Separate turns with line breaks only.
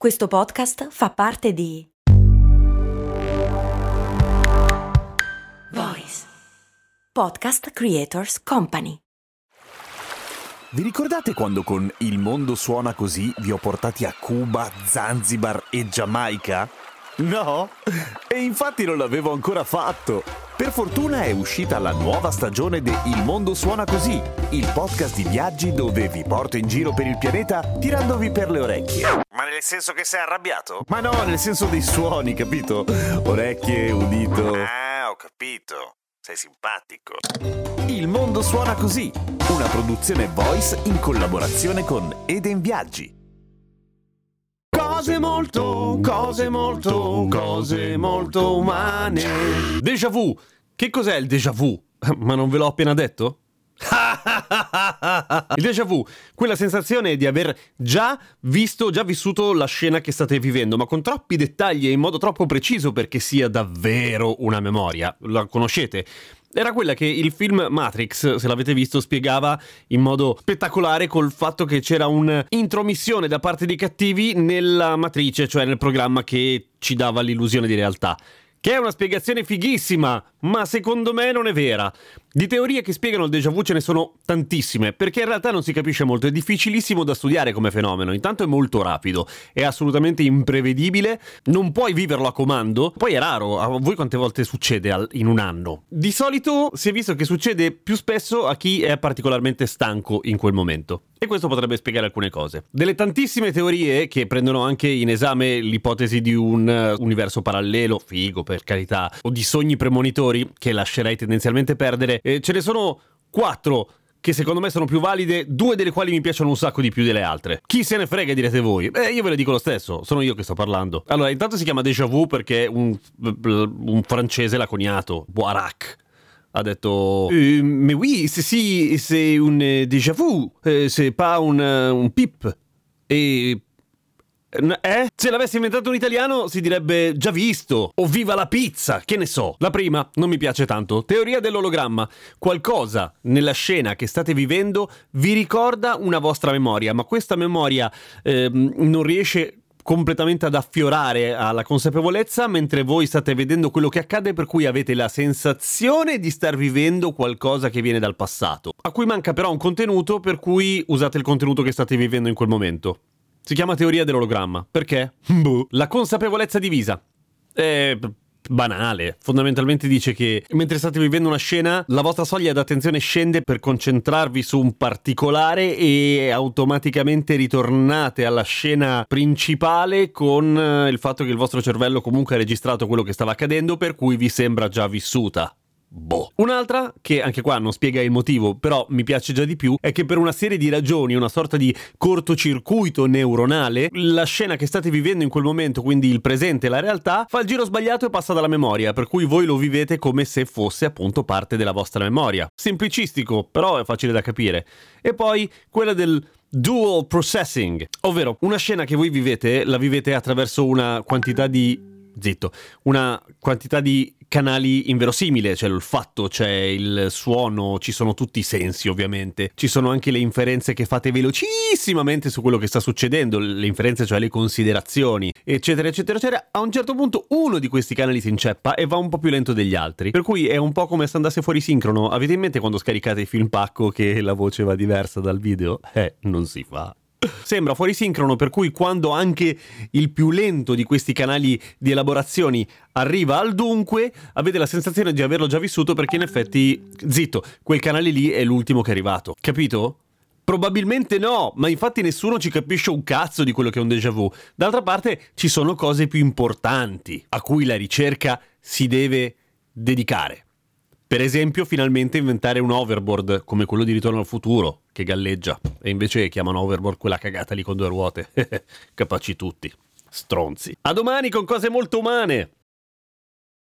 Questo podcast fa parte di Voice Podcast Creators Company.
Vi ricordate quando con Il mondo suona così vi ho portati a Cuba, Zanzibar e Giamaica? No? E infatti non l'avevo ancora fatto. Per fortuna è uscita la nuova stagione di Il mondo suona così, il podcast di viaggi dove vi porto in giro per il pianeta tirandovi per le orecchie. Ma nel senso che sei arrabbiato? Ma no, nel senso dei suoni, capito? Orecchie, udito. Ah, ho capito. Sei simpatico. Il mondo suona così, una produzione Voice in collaborazione con Eden Viaggi.
Cose molto umane. Déjà vu. Che cos'è il déjà vu? Ma non ve l'ho appena detto? Il déjà vu, quella sensazione di aver già vissuto la scena che state vivendo, ma con troppi dettagli e in modo troppo preciso perché sia davvero una memoria. La conoscete? Era quella che il film Matrix, se l'avete visto, spiegava in modo spettacolare col fatto che c'era un'intromissione da parte dei cattivi nella matrice, cioè nel programma che ci dava l'illusione di realtà. Che è una spiegazione fighissima, ma secondo me non è vera. Di teorie che spiegano il déjà vu ce ne sono tantissime, perché in realtà non si capisce molto, è difficilissimo da studiare come fenomeno. Intanto è molto rapido, è assolutamente imprevedibile, non puoi viverlo a comando, poi è raro. A voi quante volte succede in un anno? Di solito si è visto che succede più spesso a chi è particolarmente stanco in quel momento. E questo potrebbe spiegare alcune cose. Delle tantissime teorie che prendono anche in esame l'ipotesi di un universo parallelo, figo per carità, o di sogni premonitori, che lascerei tendenzialmente perdere, ce ne sono 4 che secondo me sono più valide, 2 delle quali mi piacciono un sacco di più delle altre. Chi se ne frega, direte voi? Io ve le dico lo stesso, sono io che sto parlando. Allora, intanto si chiama déjà vu perché un francese l'ha coniato, Boirac. Ha detto mais oui, c'est un déjà vu, c'est pas un pip. E se l'avesse inventato un italiano si direbbe già visto, o viva la pizza, che ne so. La prima non mi piace tanto. Teoria dell'ologramma. Qualcosa nella scena che state vivendo vi ricorda una vostra memoria, ma questa memoria non riesce completamente ad affiorare alla consapevolezza mentre voi state vedendo quello che accade, per cui avete la sensazione di star vivendo qualcosa che viene dal passato, a cui manca però un contenuto, per cui usate il contenuto che state vivendo in quel momento. Si chiama teoria dell'ologramma. Perché? La consapevolezza divisa. È banale. Fondamentalmente dice che mentre state vivendo una scena, la vostra soglia d'attenzione scende per concentrarvi su un particolare e automaticamente ritornate alla scena principale con il fatto che il vostro cervello comunque ha registrato quello che stava accadendo, per cui vi sembra già vissuta. Un'altra, che anche qua non spiega il motivo, però mi piace già di più, è che per una serie di ragioni, una sorta di cortocircuito neuronale, la scena che state vivendo in quel momento, quindi il presente e la realtà, fa il giro sbagliato e passa dalla memoria, per cui voi lo vivete come se fosse appunto parte della vostra memoria. Semplicistico, però è facile da capire. E poi quella del dual processing, ovvero una scena che voi vivete, la vivete attraverso una quantità di canali inverosimile, c'è l'olfatto, c'è il suono, ci sono tutti i sensi ovviamente, ci sono anche le inferenze che fate velocissimamente su quello che sta succedendo, le inferenze cioè le considerazioni, eccetera eccetera eccetera. A un certo punto uno di questi canali si inceppa e va un po' più lento degli altri, per cui è un po' come se andasse fuori sincrono. Avete in mente quando scaricate i film pacco che la voce va diversa dal video? Non si fa. Sembra fuori sincrono, per cui quando anche il più lento di questi canali di elaborazioni arriva al dunque, avete la sensazione di averlo già vissuto, perché in effetti, zitto, quel canale lì è l'ultimo che è arrivato. Capito? Probabilmente no, ma infatti nessuno ci capisce un cazzo di quello che è un déjà vu. D'altra parte ci sono cose più importanti a cui la ricerca si deve dedicare. Per esempio, finalmente inventare un hoverboard come quello di Ritorno al futuro, che galleggia, e invece chiamano hoverboard quella cagata lì con 2 ruote. Capaci tutti. Stronzi. A domani con cose molto umane!